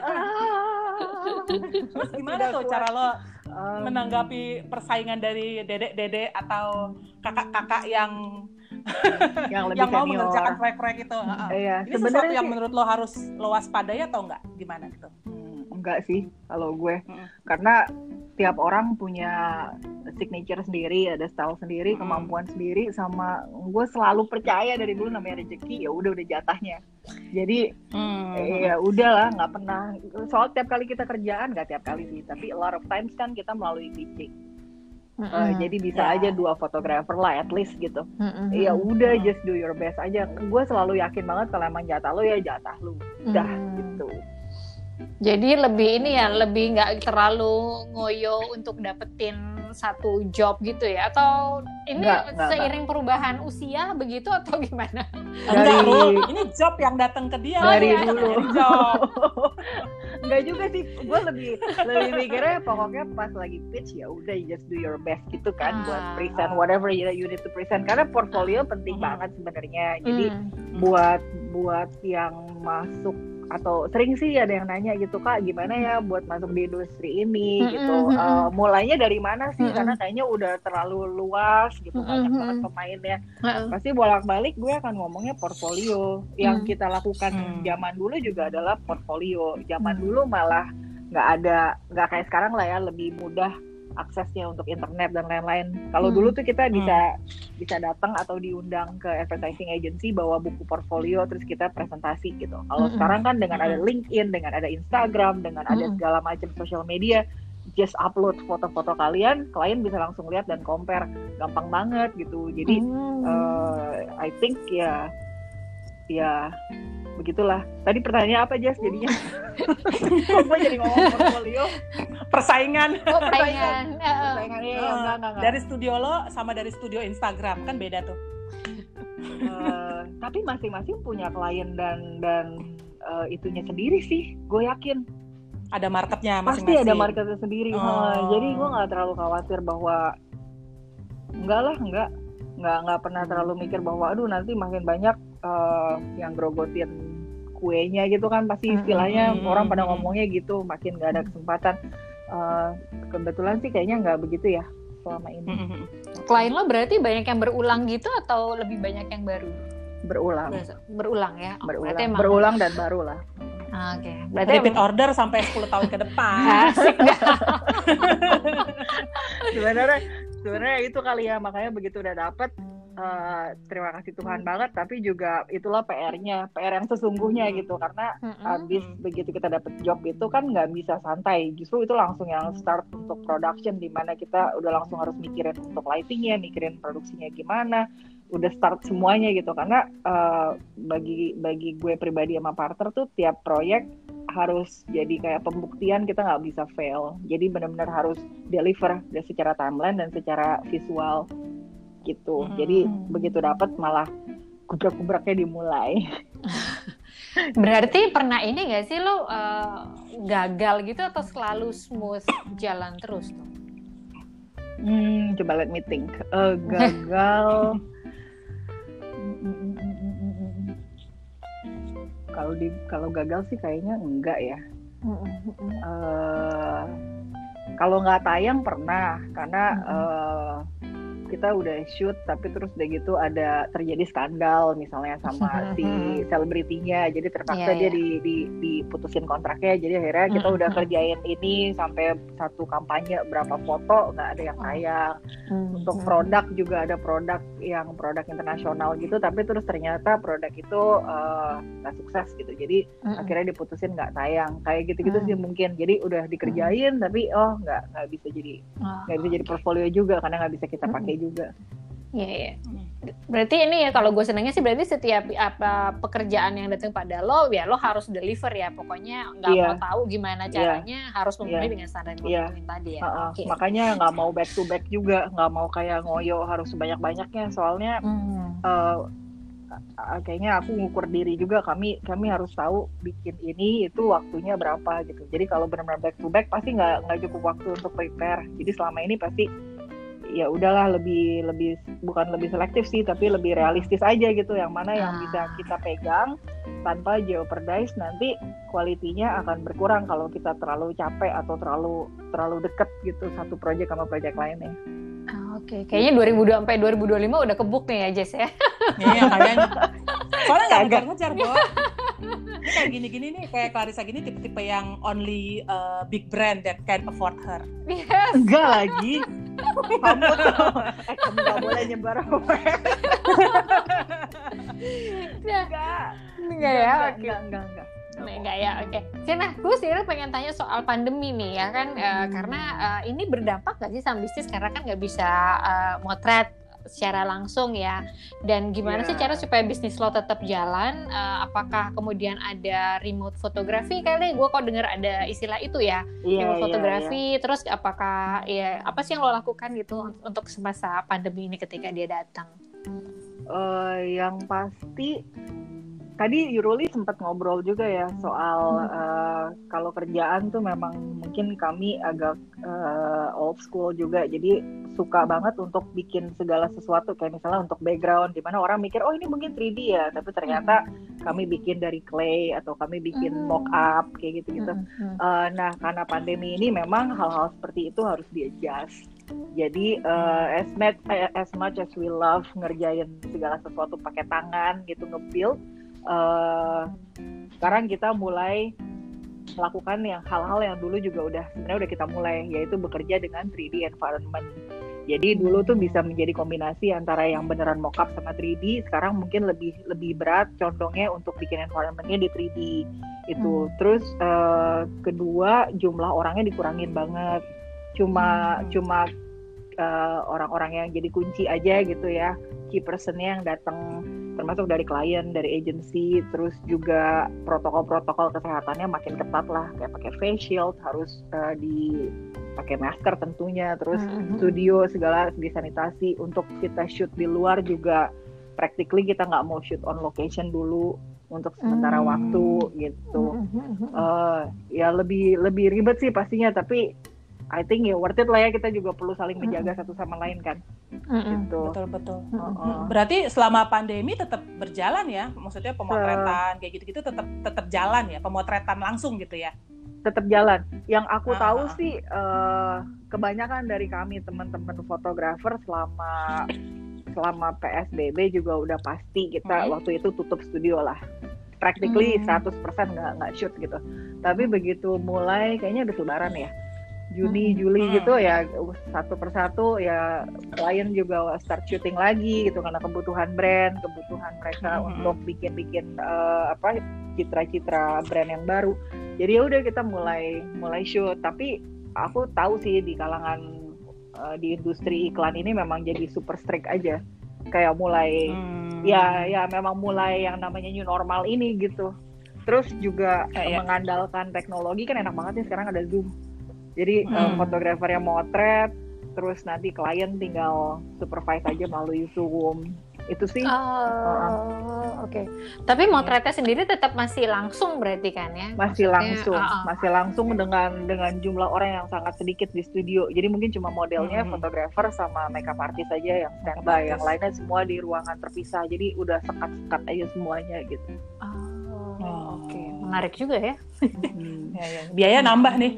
Terus gimana tuh cara lo um, menanggapi persaingan dari dedek-dedek atau kakak-kakak yang yang, yang mau mengerjakan proyek-proyek itu? Uh-uh. Iya, ini sesuatu yang menurut lo harus lo waspadai atau enggak? Gimana gitu? Hmm, enggak sih kalau gue, hmm. karena tiap orang punya signature sendiri, ada style sendiri, hmm. kemampuan sendiri, sama gue selalu percaya dari dulu namanya rezeki ya udah udah jatahnya. Jadi hmm. ya udahlah, nggak pernah. Soal tiap kali kita kerjaan, nggak tiap kali sih, tapi a lot of times kan kita melalui pitching. Mm-hmm. Uh, jadi bisa yeah. aja dua fotografer lah at least gitu. Mm-hmm. Ya udah, just do your best aja. Gue selalu yakin banget kalau emang jatah lo ya jatah lo. Udah mm. gitu. Jadi lebih ini ya, lebih nggak terlalu ngoyo untuk dapetin satu job gitu ya, atau ini enggak, enggak, seiring enggak. perubahan usia begitu atau gimana? Enggak, dari, ini job yang datang ke dia dari ya. dulu. Job. Enggak juga sih, gue lebih lebih mikirnya pokoknya pas lagi pitch ya udah just do your best gitu kan, ah, buat present whatever you, you need to present, karena portfolio penting mm. banget sebenarnya. Jadi mm. buat buat yang masuk atau sering sih ada yang nanya gitu, Kak gimana ya buat masuk di industri ini mm-hmm. gitu, uh, mulainya dari mana sih, mm-hmm. karena kayaknya udah terlalu luas gitu, mm-hmm. banyak banget pemainnya. mm-hmm. Pasti bolak-balik gue akan ngomongnya portfolio. Yang mm-hmm. kita lakukan mm-hmm. zaman dulu juga adalah portfolio. Zaman mm-hmm. dulu malah nggak ada, nggak kayak sekarang lah ya, lebih mudah aksesnya untuk internet dan lain-lain. Kalau hmm. dulu tuh kita bisa hmm. bisa datang atau diundang ke advertising agency bawa buku portfolio terus kita presentasi gitu. Kalau hmm. sekarang kan dengan hmm. ada LinkedIn, dengan ada Instagram, dengan hmm. ada segala macam social media, just upload foto-foto kalian, klien bisa langsung lihat dan compare, gampang banget gitu. Jadi hmm. uh, I think ya ya begitulah. Tadi pertanyaannya apa Jess jadinya? Kok gue jadi ngomong portfolio? Persaingan. Oh, persaingan. Persaingan ya, uh, enggak, enggak, enggak. Dari studio lo sama dari studio Instagram kan beda tuh. Uh, tapi masing-masing punya klien dan dan uh, itunya sendiri sih. Gue yakin. Ada marketnya masing-masing. Pasti ada marketnya sendiri. Oh. Uh, jadi gue nggak terlalu khawatir bahwa enggak lah, enggak. nggak nggak pernah terlalu mikir bahwa aduh nanti makin banyak uh, yang grogotin kuenya gitu kan, pasti istilahnya mm-hmm. orang pada ngomongnya gitu, makin nggak ada kesempatan. Uh, kebetulan sih kayaknya nggak begitu ya selama ini. Mm-hmm. Klien lo berarti banyak yang berulang gitu atau lebih banyak yang baru? Berulang. Berulang ya. Oh, berulang. Emang... berulang dan baru lah. Oke. Okay. Berarti repeat emang... order sampai sepuluh tahun ke depan. sebenarnya sebenarnya itu kali ya, makanya begitu udah dapet uh, terima kasih Tuhan banget, tapi juga itulah P R-nya, P R yang sesungguhnya gitu, karena mm-hmm. abis begitu kita dapet job itu kan nggak bisa santai, justru itu langsung yang start untuk production, di mana kita udah langsung harus mikirin untuk lightingnya, mikirin produksinya gimana, udah start semuanya gitu, karena uh, bagi bagi gue pribadi sama partner tuh tiap proyek harus jadi kayak pembuktian kita nggak bisa fail, jadi benar-benar harus deliver secara timeline dan secara visual gitu. Hmm. Jadi begitu dapat malah kubrak-kubraknya dimulai. Berarti pernah ini nggak sih lo uh, gagal gitu atau selalu smooth jalan terus tuh? Hmm, coba let me think. Uh, gagal. Kalau di kalau gagal sih kayaknya enggak ya. Uh, kalau nggak tayang pernah, karena uh, kita udah shoot tapi terus udah gitu ada terjadi skandal misalnya sama si selebritinya, jadi terpaksa yeah, dia yeah. di, di diputusin kontraknya, jadi akhirnya kita udah kerjain ini sampai satu kampanye berapa foto nggak ada yang tayang. Untuk produk juga ada produk yang produk internasional gitu, tapi terus ternyata produk itu nggak uh, sukses gitu, jadi akhirnya diputusin nggak tayang, kayak gitu-gitu sih mungkin. Jadi udah dikerjain tapi oh nggak nggak bisa jadi nggak bisa jadi portfolio juga karena nggak bisa kita pakai juga. Iya, iya. Berarti ini ya, kalau gue senangnya sih berarti setiap apa pekerjaan yang datang pada lo, ya lo harus deliver ya. Pokoknya nggak yeah. mau tahu gimana caranya, yeah. harus memenuhi yeah. dengan standar yang yeah. tadi ya. Uh-uh. Okay. Makanya nggak mau back to back juga, nggak mau kayak ngoyo harus sebanyak-banyaknya. Soalnya hmm. uh, kayaknya aku ngukur diri juga, kami kami harus tahu bikin ini itu waktunya berapa gitu. Jadi kalau benar-benar back to back pasti nggak nggak cukup waktu untuk prepare. Jadi selama ini pasti ya udahlah lebih lebih bukan lebih selektif sih, tapi lebih realistis aja gitu, yang mana yang bisa kita pegang tanpa jeopardize nanti kualitinya akan berkurang kalau kita terlalu capek atau terlalu terlalu deket gitu satu proyek sama proyek lainnya. Oke, okay. Kayaknya dua ribu dua puluh sampai dua ribu dua puluh lima udah kebuk nih ya Jess ya. Iya kayaknya. Soalnya nggak ngejar-ngejar Bo. Ini kayak gini-gini nih, kayak Clarissa gini tipe-tipe yang only uh, big brand that can afford her. Yes. Enggak lagi. Kamu tuh, eh, kamu nggak boleh nyebar apa. Enggak. Enggak ya. Enggak, enggak, enggak, enggak. Enggak ya, oke. Okay. Sina, gue sebenarnya pengen tanya soal pandemi nih ya kan, hmm. uh, karena uh, ini berdampak nggak sih sama bisnis, karena kan nggak bisa uh, motret secara langsung ya. Dan gimana yeah. sih cara supaya bisnis lo tetap jalan? Uh, apakah kemudian ada remote fotografi? Kayaknya gue kok dengar ada istilah itu ya, yeah, remote fotografi. Yeah, yeah. Terus apakah ya apa sih yang lo lakukan gitu untuk semasa pandemi ini ketika dia datang? Uh, yang pasti tadi Yuruli sempat ngobrol juga ya soal hmm. uh, kalau kerjaan tuh memang mungkin kami agak uh, old school juga, jadi suka banget untuk bikin segala sesuatu, kayak misalnya untuk background di mana orang mikir oh ini mungkin tiga D ya, tapi ternyata hmm. kami bikin dari clay atau kami bikin hmm. mock up kayak gitu-gitu. Hmm. Uh, nah karena pandemi ini memang hal-hal seperti itu harus di-adjust. Jadi uh, as much as much as we love ngerjain segala sesuatu pakai tangan gitu, nge-build, Uh, sekarang kita mulai melakukan yang hal-hal yang dulu juga udah sebenarnya udah kita mulai, yaitu bekerja dengan tiga D environment. Jadi dulu tuh bisa menjadi kombinasi antara yang beneran mockup sama tiga D, sekarang mungkin lebih lebih berat condongnya untuk bikin environmentnya di tiga D itu. Hmm. Terus uh, kedua, jumlah orangnya dikurangin banget, cuma hmm. cuma uh, orang-orang yang jadi kunci aja gitu ya, key personnya yang datang, termasuk dari klien, dari agency, terus juga protokol-protokol kesehatannya makin ketat lah, kayak pakai face shield, harus uh, di pakai masker tentunya, terus mm-hmm. studio segala disanitasi. Untuk kita shoot di luar juga practically kita nggak mau shoot on location dulu untuk sementara mm-hmm. waktu gitu. Mm-hmm. Uh, ya lebih lebih ribet sih pastinya, tapi I think ya worth it lah ya, kita juga perlu saling menjaga mm-hmm. satu sama lain kan. Mm-hmm. Gitu. Betul betul. Mm-hmm. Berarti selama pandemi tetap berjalan ya, maksudnya pemotretan uh, kayak gitu-gitu tetap tetap jalan ya, pemotretan langsung gitu ya. Tetap jalan. Yang aku uh-huh. tahu sih uh, kebanyakan dari kami teman-teman fotografer selama selama P S B B juga udah pasti kita hmm. waktu itu tutup studio lah. Practically hmm. seratus persen nggak nggak shoot gitu. Tapi begitu mulai kayaknya udah lebaran ya. Juni, hmm. Juli hmm. gitu ya satu persatu ya klien juga start shooting lagi gitu karena kebutuhan brand, kebutuhan mereka hmm. untuk bikin-bikin uh, apa citra-citra brand yang baru. Jadi ya udah kita mulai mulai shoot. Tapi aku tahu sih di kalangan di industri iklan ini memang jadi super strict aja, kayak mulai hmm. ya ya memang mulai yang namanya new normal ini gitu. Terus juga kayak mengandalkan teknologi kan enak banget nih sekarang ada Zoom, jadi hmm. um, fotografer yang motret terus nanti klien tinggal supervise aja melalui Zoom. Itu sih. Oh, uh-uh. Oke. Okay. Tapi motretnya sendiri tetap masih langsung berarti kan ya? Masih Maksudnya, langsung, uh-uh. masih langsung dengan dengan jumlah orang yang sangat sedikit di studio. Jadi mungkin cuma modelnya hmm. fotografer sama makeup artist aja yang standby, yang lainnya semua di ruangan terpisah. Jadi udah sekat-sekat aja semuanya gitu. Oh, oh. Oke. Okay. Menarik juga ya. Hmm. ya, ya. Biaya nambah nih.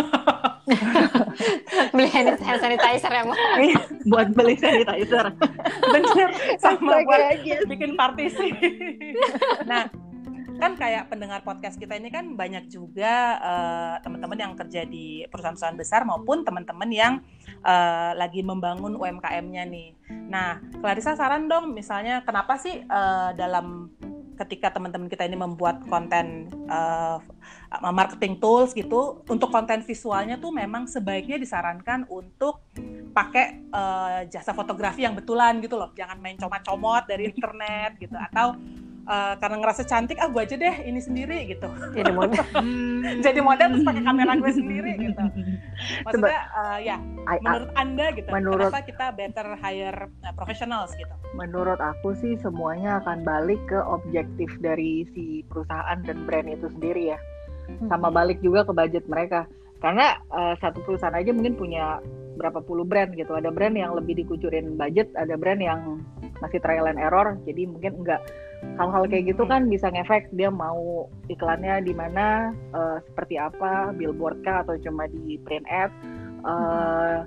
Beli hand sanitizer ya mau buat beli sanitizer bener sama buat aja. Bikin partisi. Nah kan kayak pendengar podcast kita ini kan banyak juga uh, teman-teman yang kerja di perusahaan-perusahaan besar maupun teman-teman yang uh, lagi membangun U M K M-nya nih. Nah Clarissa saran dong misalnya kenapa sih uh, dalam ketika teman-teman kita ini membuat konten uh, marketing tools gitu, untuk konten visualnya tuh memang sebaiknya disarankan untuk pakai uh, jasa fotografi yang betulan gitu loh, jangan main comot-comot dari internet gitu, atau uh, karena ngerasa cantik, ah gue aja deh ini sendiri gitu, jadi model, jadi model terus pakai kamera gue sendiri gitu. Maksudnya uh, ya I, menurut I, anda gitu, menurut, kenapa kita better hire uh, professionals gitu? Menurut aku sih semuanya akan balik ke objektif dari si perusahaan dan brand itu sendiri ya, sama balik juga ke budget mereka. Karena uh, satu perusahaan aja mungkin punya berapa puluh brand gitu. Ada brand yang lebih dikucurin budget, ada brand yang masih trial and error. Jadi mungkin enggak, hal-hal kayak gitu kan bisa ngefek dia mau iklannya di mana, uh, seperti apa, billboard kah atau cuma di print ad. Uh,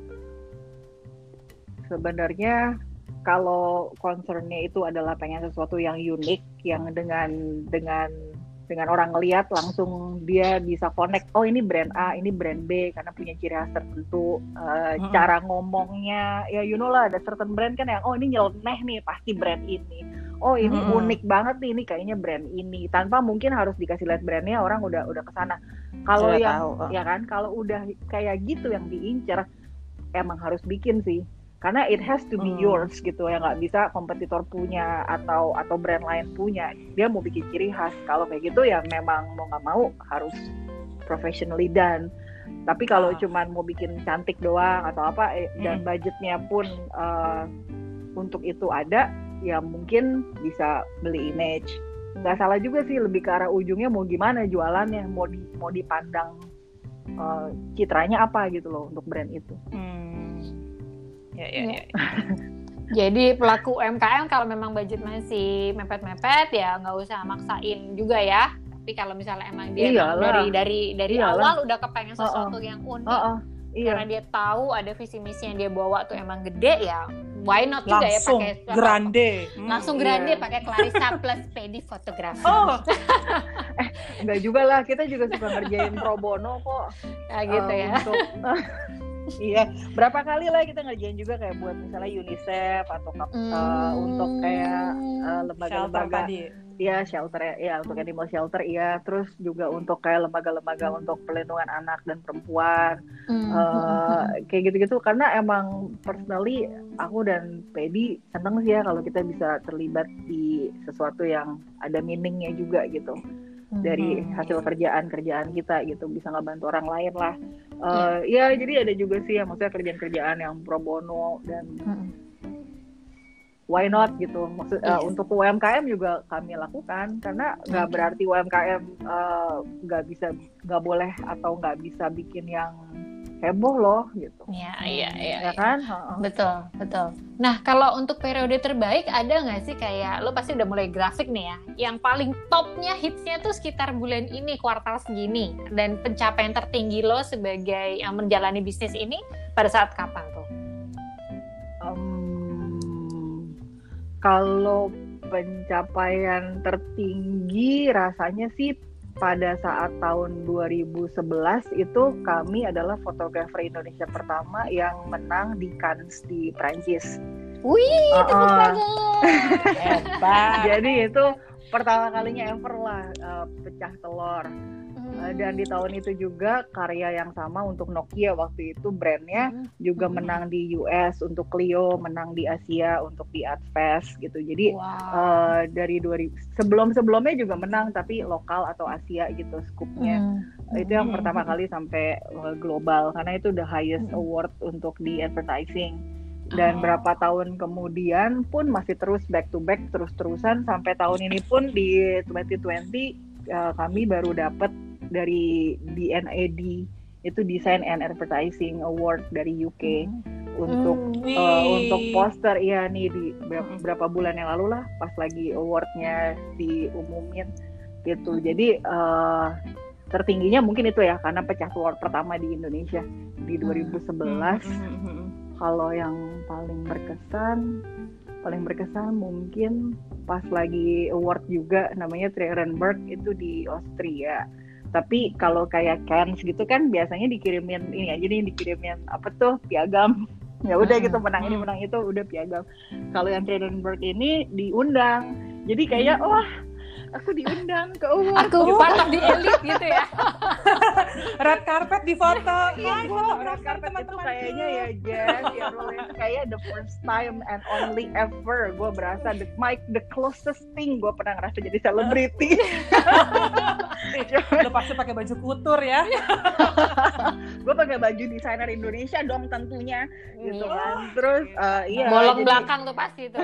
sebenarnya kalau concernnya itu adalah pengen sesuatu yang unik, yang dengan dengan dengan orang ngelihat langsung dia bisa connect, oh ini brand A, ini brand B karena punya ciri khas tertentu, uh, hmm. cara ngomongnya ya you know lah, ada certain brand kan yang oh ini nyeleneh nih pasti brand ini, oh ini hmm. unik banget nih, ini kayaknya brand ini, tanpa mungkin harus dikasih lihat brandnya orang udah udah kesana. Kalau yang tahu. Ya kan kalau udah kayak gitu yang diincar emang harus bikin sih. Karena it has to be hmm. yours gitu ya, nggak bisa kompetitor punya atau atau brand lain punya. Dia mau bikin ciri khas, kalau kayak gitu ya memang mau nggak mau harus professionally done. Tapi kalau ah. cuman mau bikin cantik doang atau apa eh, hmm. dan budgetnya pun uh, untuk itu ada, ya mungkin bisa beli image. Nggak salah juga sih, lebih ke arah ujungnya mau gimana jualannya, mau di, mau dipandang uh, citranya apa gitu loh untuk brand itu. Hmm. Ya, ya, ya. Jadi pelaku U M K M kalau memang budget masih mepet-mepet ya nggak usah maksain juga ya. Tapi kalau misalnya emang dia dari dari dari Iyalah. awal udah kepengen sesuatu oh, oh. yang unik, oh, oh. Iya. karena dia tahu ada visi misi yang dia bawa tuh emang gede ya, why not juga langsung ya pakai grande, hmm, langsung grande iya. pakai Clarissa plus Pedi fotografi. Oh, eh enggak juga lah, kita juga suka ngerjain pro bono kok. Ya gitu uh, ya. Untuk iya, berapa kali lah kita ngerjain juga kayak buat misalnya UNICEF atau mm. uh, untuk kayak uh, lembaga-lembaga, ya shelter ya, ya untuk animal shelter, iya, terus juga untuk kayak lembaga-lembaga untuk pelindungan anak dan perempuan, mm. uh, kayak gitu-gitu. Karena emang personally aku dan Pedi seneng sih ya kalau kita bisa terlibat di sesuatu yang ada meaningnya juga gitu. Dari hasil kerjaan-kerjaan kita gitu, bisa ngebantu orang lain lah. Uh, yeah. Ya jadi ada juga sih ya, maksudnya kerjaan-kerjaan yang pro bono dan hmm. why not gitu. Maksud uh, yes. Untuk U M K M juga kami lakukan, karena nggak berarti U M K M nggak uh, bisa, nggak boleh atau nggak bisa bikin yang heboh loh gitu. Iya, iya, iya. Ya kan? Betul, betul. Nah, kalau untuk periode terbaik ada nggak sih kayak lo pasti udah mulai grafik nih ya, yang paling topnya hitsnya tuh sekitar bulan ini, kuartal segini, dan pencapaian tertinggi lo sebagai yang menjalani bisnis ini pada saat kapan tuh? Um, kalau pencapaian tertinggi rasanya sih pada saat tahun dua ribu sebelas itu kami adalah fotografer Indonesia pertama yang menang di Cannes di Prancis. Wih, tepuk tangan. Hebat. Jadi itu pertama kalinya ever lah uh, pecah telur. Uh, dan di tahun itu juga karya yang sama untuk Nokia waktu itu brandnya juga menang di U S untuk Clio, menang di Asia untuk di Adfest gitu. Jadi wow. uh, dari dua ribu sebelum-sebelumnya juga menang tapi lokal atau Asia gitu skupnya. Mm. Itu yang mm. pertama kali sampai uh, global karena itu the highest mm. award untuk di advertising. Dan oh. berapa tahun kemudian pun masih terus back to back terus-terusan sampai tahun ini pun di dua ribu dua puluh uh, kami baru dapat dari D N A D itu Design and Advertising Award dari U K mm. untuk mm. uh, untuk poster ya nih di beberapa bulan yang lalu lah pas lagi awardnya diumumin gitu. Jadi uh, tertingginya mungkin itu ya karena pecah telur pertama di Indonesia di dua ribu sebelas. Mm. Mm. Kalau yang paling berkesan paling berkesan mungkin pas lagi award juga namanya Trierenberg itu di Austria. Tapi kalau kayak Cannes gitu kan biasanya dikirimin ini aja nih dikirimin apa tuh piagam. Ya udah gitu menang ini menang itu udah piagam. Kalau yang Trierenberg ini diundang. Jadi kayak wah aku diundang ke award. Aku part di elit gitu ya. Red carpet di foto. Iya, gue red carpet itu kayaknya ya Jen, ya Rolling kayak the first time and only ever gue berasa the my the closest thing gue pernah ngerasa jadi selebriti. Lo pasti pakai baju kutur ya. Gue pakai baju desainer Indonesia dong tentunya, gitu kan. Terus uh, iya. Bolong jadi, belakang tuh pasti tuh.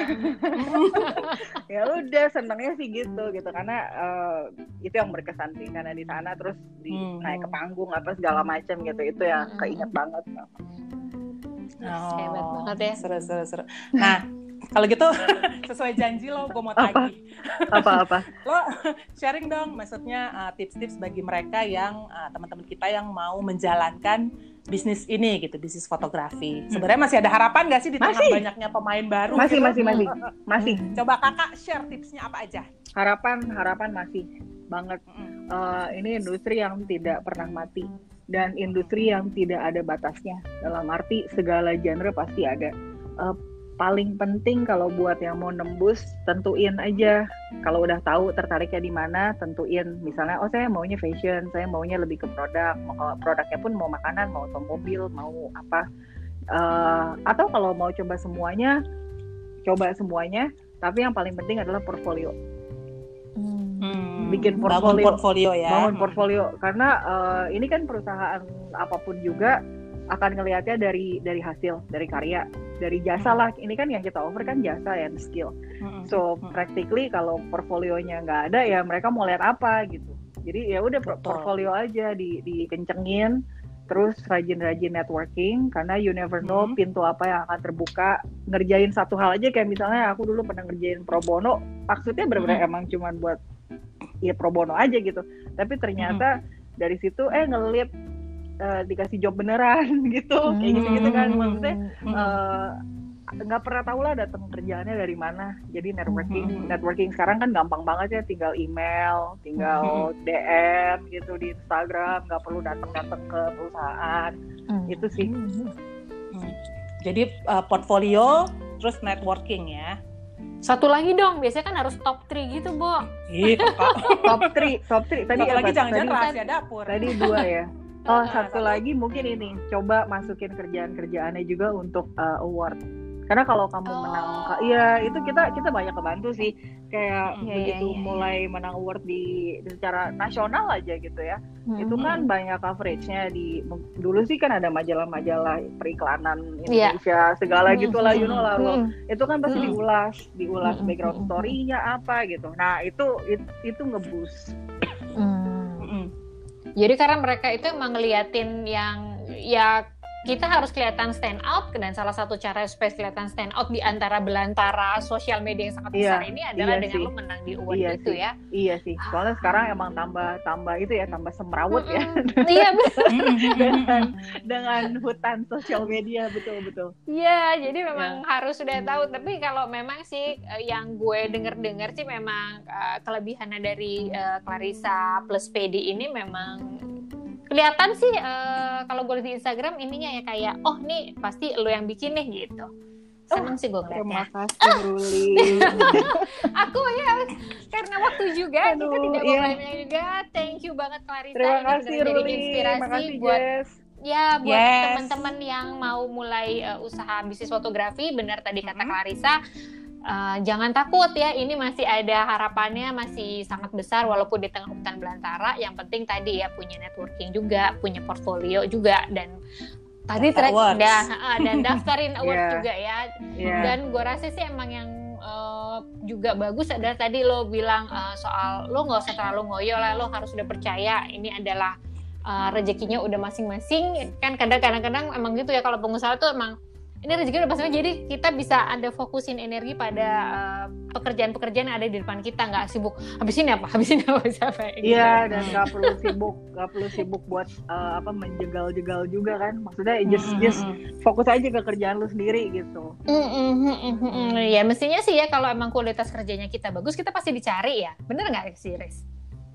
Ya udah senangnya sih gitu gitu karena uh, itu yang berkesan sih karena di sana terus di hmm. naik ke panggung apa segala macam gitu itu yang hmm. keinget banget. Oh, hebat banget ya. Seru seru seru. Nah kalau gitu sesuai janji lo, gue mau tagih. Apa-apa? Lo sharing dong, maksudnya uh, tips-tips bagi mereka yang uh, teman-teman kita yang mau menjalankan bisnis ini gitu, bisnis fotografi. Sebenarnya masih ada harapan nggak sih di tengah masih. banyaknya pemain baru? Masih, gitu? masih, masih, masih. Coba kakak share tipsnya apa aja? Harapan, harapan masih banget. Uh, ini industri yang tidak pernah mati dan industri yang tidak ada batasnya. Dalam arti segala genre pasti ada. Uh, paling penting kalau buat yang mau nembus tentuin aja kalau udah tahu tertariknya di mana tentuin misalnya oh saya maunya fashion saya maunya lebih ke produk mau produknya pun mau makanan mau otomobil mau apa uh, atau kalau mau coba semuanya coba semuanya tapi yang paling penting adalah portfolio hmm, bikin portfolio bangun portfolio ya bangun portfolio karena uh, ini kan perusahaan apapun juga akan ngelihatnya dari dari hasil, dari karya, dari jasa lah. Ini kan yang kita offer kan jasa and skill. So practically kalau portfolionya nggak ada ya mereka mau lihat apa gitu. Jadi ya udah portfolio aja di dikencengin, terus rajin-rajin networking karena you never know hmm. pintu apa yang akan terbuka. Ngerjain satu hal aja kayak misalnya aku dulu pernah ngerjain pro bono, maksudnya benar-benar hmm. emang cuman buat ya pro bono aja gitu. Tapi ternyata hmm. dari situ eh ngelit Uh, dikasih job beneran gitu hmm. kayak gitu-gitu kan maksudnya nggak uh, pernah tahu lah datang kerjaannya dari mana jadi networking hmm. networking sekarang kan gampang banget ya tinggal email tinggal hmm. D M gitu di Instagram nggak perlu datang-datang ke perusahaan hmm. itu sih hmm. jadi uh, portfolio terus networking ya. Satu lagi dong, biasanya kan harus top tiga gitu, Bo. Ih, top tiga, top tiga. Tadi apa? Lagi jangan-jangan rahasia dapur. Tadi dua ya. Oh, satu lagi mungkin ini, coba masukin kerjaan-kerjaannya juga untuk uh, award. Karena kalau kamu oh. menang, iya itu kita kita banyak kebantu sih. Kayak yeah, begitu yeah, yeah, mulai yeah. menang award di secara nasional aja gitu ya. Mm-hmm. Itu kan banyak coveragenya di dulu sih kan ada majalah-majalah periklanan Indonesia yeah. segala mm-hmm. gitulah, you know lah. Mm-hmm. Itu kan pasti mm-hmm. diulas, diulas mm-hmm. background story-nya apa gitu. Nah itu itu, itu nge-boost. Mm. Jadi karena mereka itu emang ngeliatin yang ya kita harus kelihatan stand out, dan salah satu cara supaya kelihatan stand out di antara belantara sosial media yang sangat besar iya, ini adalah iya dengan sih. lo menang di award Iya itu sih. ya. Iya sih. Soalnya sekarang emang tambah tambah itu ya, tambah semrawut ya. Iya betul. dengan dengan hutan sosial media, betul betul. Iya, jadi memang harus sudah tahu. Tapi kalau memang sih eh, yang gue denger-dengar sih memang eh, kelebihannya dari eh, Clarissa plus P D ini memang kelihatan sih uh, kalau gue lihat di Instagram ininya ya kayak oh nih pasti lo yang bikin nih gitu. Seneng oh, sih gue ngeliatnya. Terima kasih Ruli. Aku ya karena waktu juga Aduh, kita tidak iya. ngobrolnya juga. Thank you banget Clarissa. Terima ini kasih benar Ruli. jadi inspirasi Terima kasih buat Jess. ya buat Yes. teman-teman yang mau mulai uh, usaha bisnis fotografi. Benar tadi kata Clarissa. Uh, jangan takut ya, ini masih ada harapannya, masih sangat besar walaupun di tengah hutan belantara. Yang penting tadi ya punya networking juga, punya portfolio juga, dan tadi track dan, uh, dan daftarin award Yeah. juga ya. Yeah. Dan gue rasa sih emang yang uh, juga bagus adalah tadi lo bilang uh, soal lo nggak usah terlalu ngoyo lah, lo harus udah percaya ini adalah uh, rezekinya udah masing-masing. Kan kadang-kadang emang gitu ya, kalau pengusaha tuh emang ini rezeki udah masing-masing, jadi kita bisa ada fokusin energi pada uh, pekerjaan-pekerjaan yang ada di depan kita, nggak sibuk habis ini apa, habis ini apa, siapa Iya, yeah, dan nggak perlu sibuk, nggak perlu sibuk buat uh, apa menjegal-jegal juga kan. Maksudnya just mm-hmm. just fokus aja ke kerjaan lu sendiri gitu. Mm-hmm. Ya mestinya sih ya, kalau emang kualitas kerjanya kita bagus, kita pasti dicari ya, bener nggak sih Riz?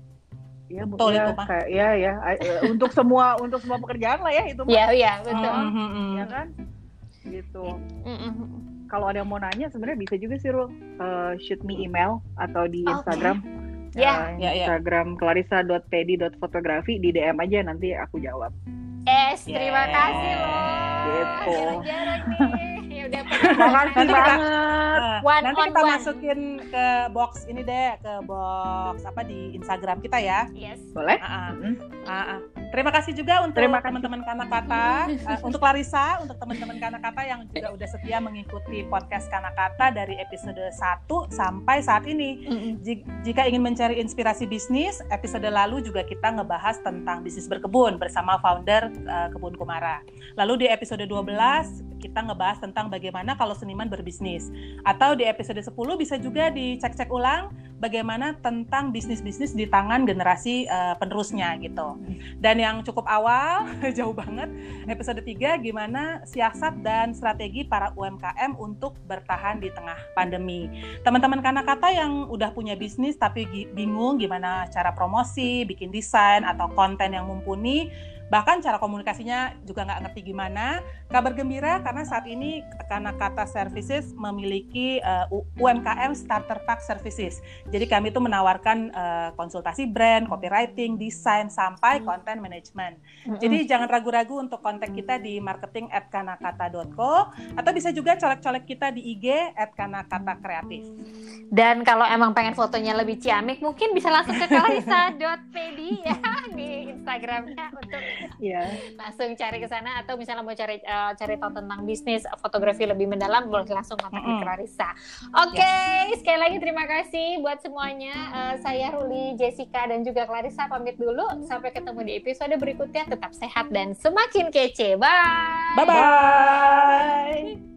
Iya, betul ya, itu mah. Kayak, ya ya, untuk semua untuk semua pekerjaan lah ya itu mah. Iya iya betul. Mm-hmm. Ya kan? Gitu. Mm-hmm. Kalau ada yang mau nanya sebenarnya bisa juga sih Rul, uh, shoot me email atau di Instagram. Okay. Ya, uh, yeah. Instagram yeah. clarissa dot p d dot photography, di D M aja nanti aku jawab. Es, terima yes. kasih loh. Gitu. Jarang-jarang nih. Ya udah makasih banget. One nanti kita one. Masukin ke box ini deh, ke box apa di Instagram kita ya. Yes. Boleh? Uh-uh. Mm-hmm. Uh-uh. Terima kasih juga untuk Terima teman-teman Kanakata, uh, untuk Clarissa, untuk teman-teman Kanakata yang juga udah setia mengikuti podcast Kanakata dari episode satu sampai saat ini. Mm-hmm. Jika ingin mencari inspirasi bisnis, episode lalu juga kita ngebahas tentang bisnis berkebun bersama founder uh, Kebun Kumara. Lalu di episode dua belas kita ngebahas tentang bagaimana kalau seniman berbisnis. Atau di episode sepuluh bisa juga dicek-cek ulang bagaimana tentang bisnis-bisnis di tangan generasi uh, penerusnya gitu. Dan yang cukup awal, jauh banget, episode tiga gimana siasat dan strategi para U M K M untuk bertahan di tengah pandemi. Teman-teman Kanakata yang udah punya bisnis tapi bingung gimana cara promosi, bikin desain atau konten yang mumpuni, bahkan cara komunikasinya juga nggak ngerti gimana, kabar gembira karena saat ini Kanakata Services memiliki uh, U M K M Starter Pack Services. Jadi kami itu menawarkan uh, konsultasi brand, copywriting, desain, sampai konten management. Mm-hmm. Jadi jangan ragu-ragu untuk kontak kita di marketing at kanakata dot co atau bisa juga colek-colek kita di I G at kanakata kreatif. Dan kalau emang pengen fotonya lebih ciamik, mungkin bisa langsung ke clarissa dot p d ya di Instagramnya untuk yeah. langsung cari ke sana, atau misalnya mau cari uh, cari tahu tentang bisnis fotografi lebih mendalam, boleh langsung kontak mm-hmm. Clarissa. Oke, okay, yes. Sekali lagi terima kasih buat semuanya. Uh, saya Ruli, Jessica dan juga Clarissa pamit dulu. Sampai ketemu di episode berikutnya. Tetap sehat dan semakin kece. Bye. Bye bye.